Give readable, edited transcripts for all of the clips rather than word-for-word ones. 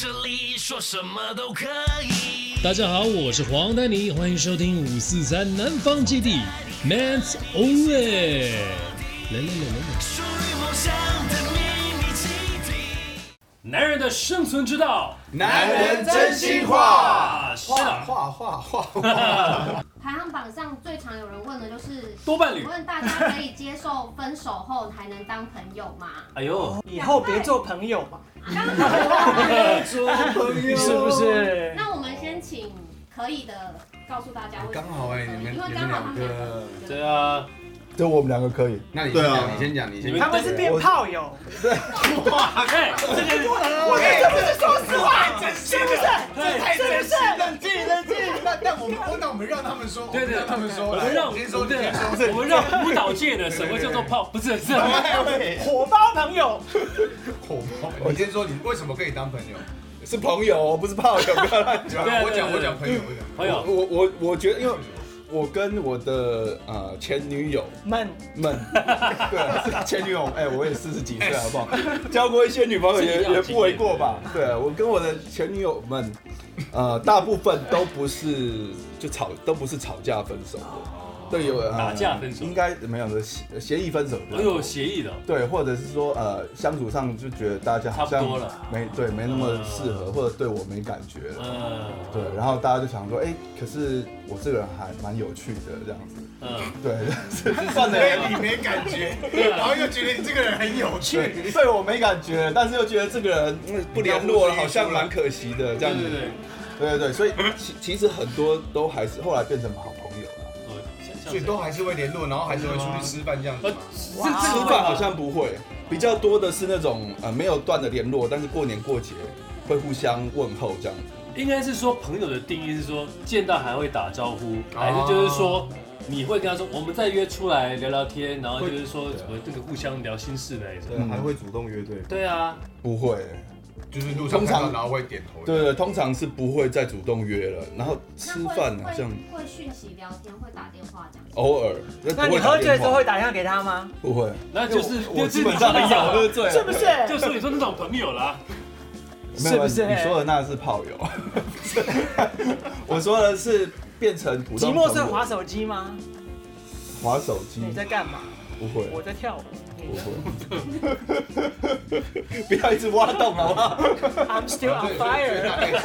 这里说什么都可以。 大家好，我是黄丹妮，欢迎收听543南方基地 Man's Only。来， 属于梦想的秘密基地。 男人的生存之道， 男人真心话。 话。排行榜上最常有人问的就是多伴侣。 问大家可以接受分手后还能当朋友吗？ 哎呦， 以后别做朋友嘛， 刚好做朋友是不是？ 那我们先请可以的告诉大家为什么刚好哎，你们刚好他们两个， 对啊， 就我们两个可以。 那你先讲，你先讲，你先讲。 他们是变炮友， 哇，哎，这个我跟你这是说实话，是不是？是不是？ 冷静。那我们让他们说， 对， 让他们说， 我们让先说， 我们让舞蹈界的什么叫做炮，不是火爆朋友。 火爆。你先说，你为什么可以当朋友？ 是朋友，不是炮友，不要乱讲。 我讲朋友。 我觉得，因为我跟我的前女友们，对，前女友，我也40几岁，好不好？交过一些女朋友也不为过吧？对，我跟我的前女友们，大部分都不是都不是吵架分手的。对，有打架分手， 应该没有的协议分手。 有协议的。对， 或者是说相处上就觉得大家好像没那么适合，或者对我没感觉了。对，然后大家就想说，可是我这个人还蛮有趣的这样子。对， 算了，你没感觉，然后又觉得你这个人很有趣， 对我没感觉，但是又觉得这个人不联络了，好像蛮可惜的这样子。对，所以其实很多都还是后来变成好朋友了。 所以都还是会联络，然后还是会出去吃饭这样子。 吃饭好像不会，比较多的是那种没有断的联络，但是过年过节会互相问候这样子。 应该是说朋友的定义是说见到还会打招呼，还是就是说你会跟他说我们再约出来聊聊天，然后就是说什么这个互相聊心事的那种。 还会主动约对。 对啊， 不会。 就是路上看到然后会点头。 对，通常是不会再主动约了，然后吃饭好像会讯息聊天，会打电话这样。 偶尔。 那你喝醉的时候会打电话给他吗？ 不会， 那就是我基本上很少喝醉， 是不是？ 就说你说那种朋友啦， 是不是？你说的那是炮友，我说的是变成普通。 寂寞是滑手机吗？ 滑手机。 你在干嘛？ 不会。 我在跳舞。 不会，不要一直挖洞好不好 ？I'm still on fire。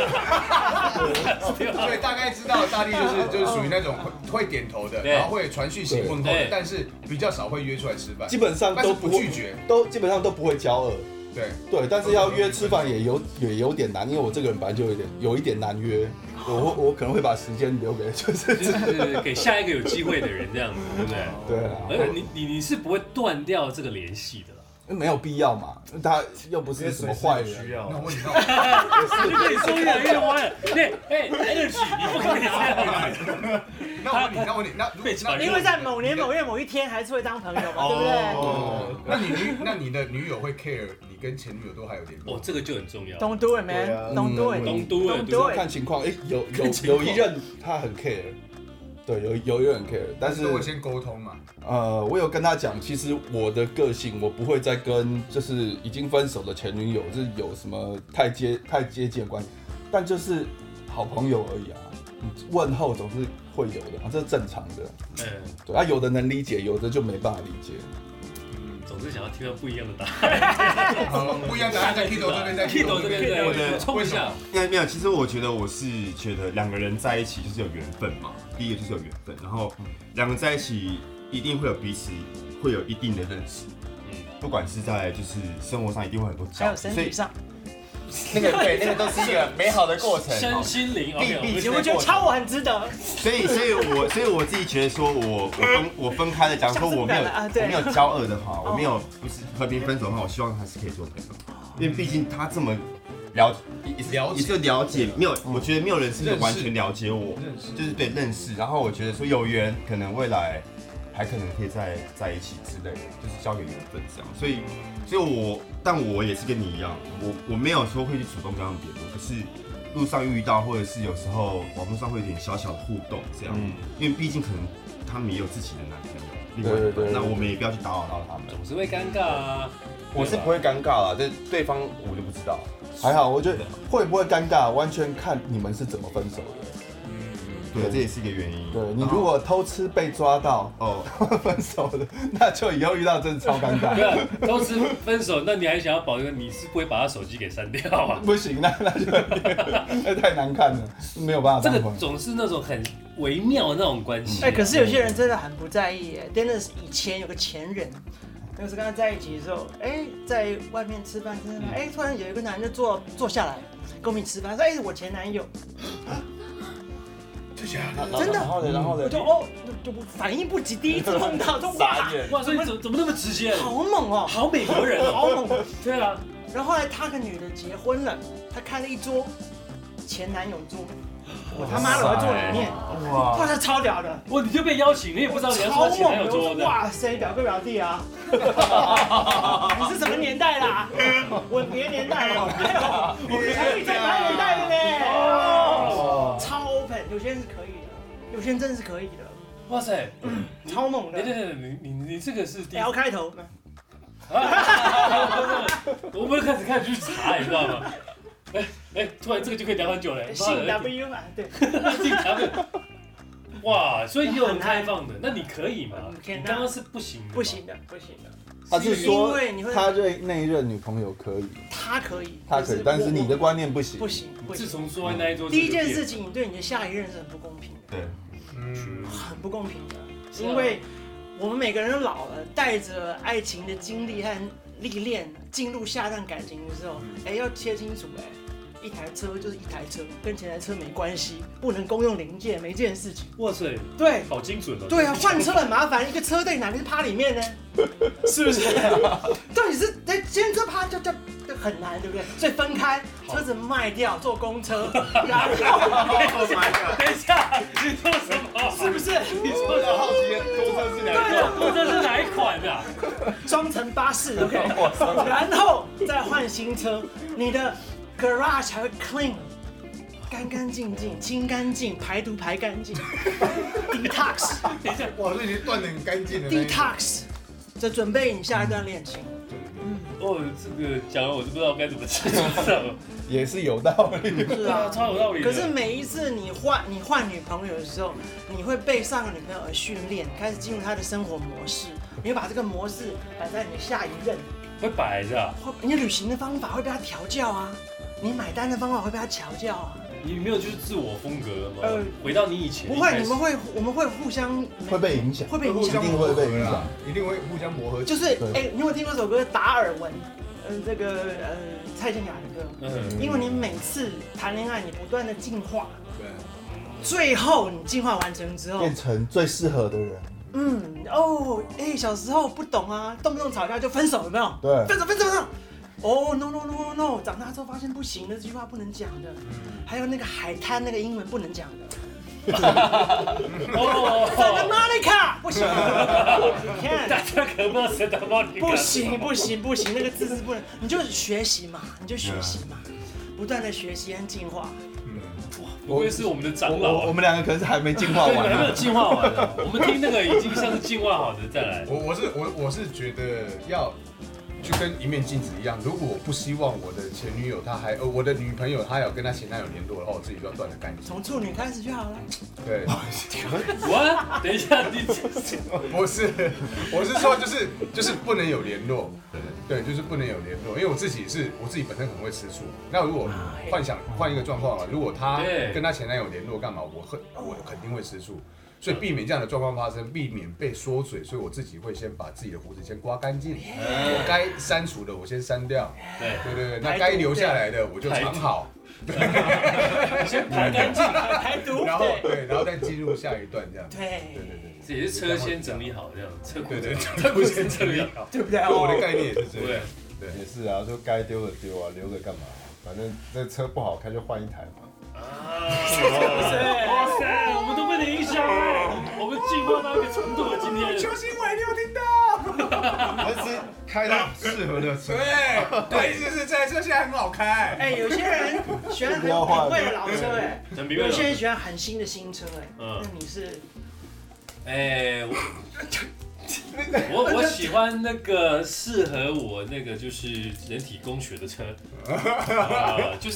所以大概知道大力就是属于那种会点头的，然后会传讯息问候的，但是比较少会约出来吃饭。 基本上都不拒绝， 基本上都不会交恶。对，但是要约吃饭也有点难，因为我这个人本来就有一点难约。我可能会把时间留给就是给下一个有机会的人这样子，对不对？ 对啊。 而且你是不会断掉这个联系的啦， 没有必要嘛，他又不是什么坏人。需要。 那我问你， 就跟你说越来越歪了。energy， 你不可以这样子。 那我问你， 因为在某年某月某一天还是会当朋友嘛，对不对？那你的女友会 care 你跟前女友都还有联络？ 这个就很重要。 Don't do it, man. Don't do it. Don't do it. 看情况，有一任他很 care。对，有人 care， 但是我先沟通嘛。 我有跟他讲，其实我的个性，我不会再跟就是已经分手的前女友是有什么太接近的关系，但就是好朋友而已啊。问候总是会有的，这是正常的。对，有的能理解，有的就没办法理解。 总是想要听到不一样的答案。 不一样的答案在 Kito 这边，在 Kito 这边，对，我的冲一下。 没有，其实我觉得两个人在一起就是有缘分嘛。第一个就是有缘分，然后两个人在一起一定会有彼此会有一定的认识，不管是在就是生活上一定会很多交流， 还有身体上。 那个都是一个美好的过程， 身心灵。 你们觉得抄我很值得？ 所以我自己觉得说，我分开了，假如说我没有交恶的话，我没有不是和平分手的话，我希望还是可以做朋友，因为毕竟他这么也是了解，没有，我觉得没有人是完全了解我，就是对认识，然后我觉得说有缘，可能未来还可能可以在一起之类的，就是交给缘分这样，所以但我也是跟你一样，我没有说会去主动跟他们联络，可是路上遇到或者是有时候网络上会有点小小的互动这样，因为毕竟可能他们也有自己的男朋友，另外一半，那我们也不要去打扰到他们， 总是会尴尬啊。 我是不会尴尬啦，这对方我就不知道。 还好，我觉得会不会尴尬，完全看你们是怎么分手的。 对，这也是一个原因。 对你如果偷吃被抓到分手的，那就以后遇到真的超尴尬。 对啊，偷吃分手，那你还想要保一个，你是不会把他手机给删掉啊？ 不行，那就那太难看了，没有办法。 这个总是那种很微妙的那种关系。 可是有些人真的很不在意耶。Dennis 以前有个前任，那时跟他在一起的时候，在外面吃饭，突然有一个男人就坐下来跟我们一起吃饭，说我前男友。真的， 然后呢？ 就反应不及，第一次碰到就哇，所以怎么那么直接？ 好猛哦， 好美国人， 好猛。 对啊， 然后后来他跟女的结婚了，他开了一桌前男友桌，我他妈的我在坐里面，哇，这超屌的。 哇，你就被邀请，你也不知道你要说前男友桌的。 哇塞，表哥表弟啊，你是什么年代啦？吻别年代了，还有1980年代的呢，超捧。有些人是可以的，有些人真的是可以的。 哇塞， 超猛的。 对，你这个是 L 开头。 我们开始去查，你知道吗？突然这个就可以聊很久了。 姓 W 嘛，对。 姓 W。哇，所以也有很开放的，那你可以吗？你刚刚是不行的。 不行的。 他是说他对那一任女朋友可以， 他可以， 但是你的观念不行。 不行。 自从说完那一桌， 第一件事情，你对你的下一任是很不公平的。 对， 很不公平的，因为我们每个人都老了，带着爱情的经历和历练进入下一段感情的时候，要切清楚，一台车就是一台车，跟前台车没关系，不能共用零件，没这件事情。 哇塞， 对， 好精准哦。 对啊，换车很麻烦，一个车队哪个是趴里面呢？是不是？到底是先车趴就很难，对不对？所以分开，车子卖掉，坐公车，然后等一下，你说什么？ 是不是？ 你说的好奇，公车是哪一款？ 公车是哪一款的？ 双层巴士 ，OK。然后再换新车，你的 garage 才会 clean， 干干净净、清干净、排毒排干净 ，detox。 等一下， 哇，这已经断得很干净了。 detox， 这准备你下一段恋情。 这个讲了我都不知道该怎么接受。 也是有道理。 是啊， 超有道理。 可是每一次你换女朋友的时候，你会被上个女朋友而训练，开始进入她的生活模式，你会把这个模式摆在你的下一任。 会摆着。 你旅行的方法会被他调教啊，你买单的方法会被他调教啊。 你没有就是自我风格吗？回到你以前。 不会，我们会互相会被影响， 会被影响， 一定会被影响， 一定会互相磨合。 就是你有没有听过一首歌《达尔文》？这个蔡健雅的歌。因为你每次谈恋爱，你不断的进化，对，最后你进化完成之后， 变成最适合的人。 小时候不懂啊，动不动吵架就分手，有没有？ 对， 分手。no， 长大之后发现不行的，这句话不能讲的。还有那个海滩那个英文不能讲的。Santa Monica 不行，你看大家可不知道 Santa Monica。 不行，那个字是不能，你就学习嘛，不断的学习和进化。 哇，不愧是我们的长老。 我们两个可能是还没进化完， 还没有进化完的。我们听那个已经像是进化好的再来。 我是觉得要。就跟一面镜子一样，如果我不希望我的前女友我的女朋友她有跟她前男友联络的话，我自己就要断得干净。 从处女开始就好了。 对。 我等一下， 不是，我是说就是不能有联络。对，就是不能有联络，因为我自己本身很会吃醋。那如果换一个状况啊，如果她跟她前男友联络干嘛，我肯定会吃醋。所以避免这样的状况发生，避免被说嘴，所以我自己会先把自己的胡子先刮干净，我该删除的我先删掉，对，那该留下来的我就藏好， 先排干净， 排毒， 然后再进入下一段这样，对， 这也是车先整理好这样，车库先整理好， 对不对？ 我的概念也是这样， 对，也是啊，就该丢的丢啊，留着干嘛？反正这车不好开就换一台嘛。 哇塞，我们都被你影响了，我们进化到一个程度了。今天邱新伟，你有听到？ 而是开到适合的车。 对，意思是这台车现在很好开。 有些人喜欢很贵的老车，有些人喜欢很新的新车，那你是？ 我喜欢那个适合我那个就是人体工学的车，就是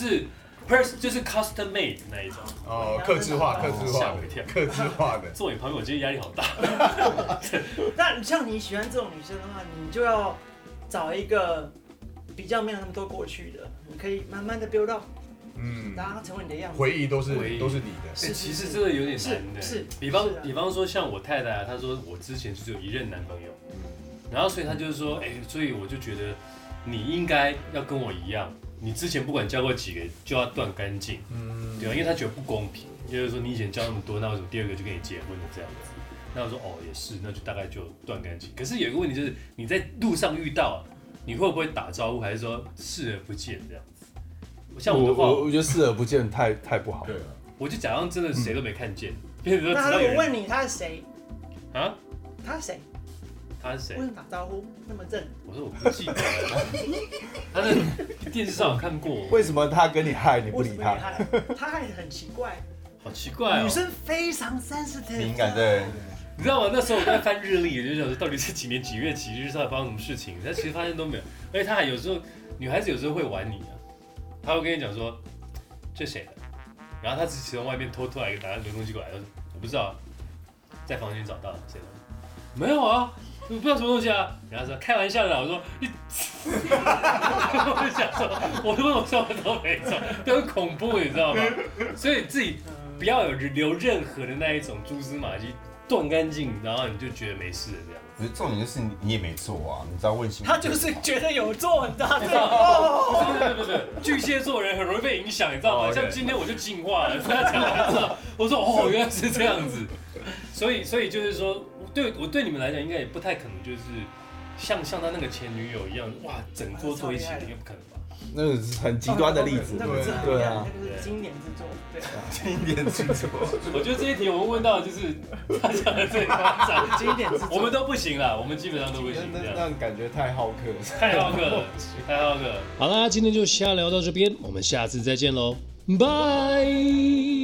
custom made 那一种。 哦，客制化的，坐你旁边，我今天压力好大。 那像你喜欢这种女生的话，你就要找一个比较没有那么多过去的，你可以慢慢的 build up。让它成为你的样子， 回忆都是你的。 其实这个有点难的。 是， 比方说像我太太啊，她说我之前就有一任男朋友，然后所以她就是说，所以我就觉得你应该要跟我一样，你之前不管交过几个就要断干净，对吧？因为她觉得不公平，就是说你以前交那么多，那为什么第二个就跟你结婚了这样子？那我说也是，那就大概就断干净。可是有一个问题就是你在路上遇到，你会不会打招呼，还是说视而不见这样子？像我的话， 我觉得视而不见太不好。 对啊， 我就假装真的谁都没看见。 那我问你，他是谁？ 啊？ 他是谁？ 他是谁？ 为什么打招呼那么正？ 我说我不记得了。他在电视上有看过。 为什么他跟你嗨，你不理他？ 他嗨得很奇怪。 好奇怪哦。 女生非常 sensitive， 敏感对。 你知道吗？那时候我在翻日历，就想说到底是几年几月几日，到底发生什么事情？但其实发现都没有。而且他还有时候，女孩子有时候会玩你啊。他会跟你讲说这谁的，然后他只从外面偷来一个拿个东西过来，说我不知道，在房间找到谁的，没有啊，我不知道什么东西啊。然后说开玩笑的，我说你，我就想说，我什么都没做，都很恐怖，你知道吗？所以自己不要有留任何的那一种蛛丝马迹，断干净，然后你就觉得没事了这样。 可是重点就是你也没做啊，你知道问心。 他就是觉得有做，你知道吗？ 对，巨蟹座人很容易被影响，你知道吗？像今天我就进化了，他讲完之后，我说原来是这样子，所以就是说，我对你们来讲应该也不太可能，就是像他那个前女友一样，哇，整桌坐一起，应该不可能吧？ 那个是很极端的例子， 对啊，那个是经典之作，对， 经典之作。 我觉得这一题我们问到的就是他讲的最夸张， 经典之作， 我们都不行了，我们基本上都不行， 那感觉太好客了， 太好客了。好啦，今天就瞎聊到这边，我们下次再见喽，拜。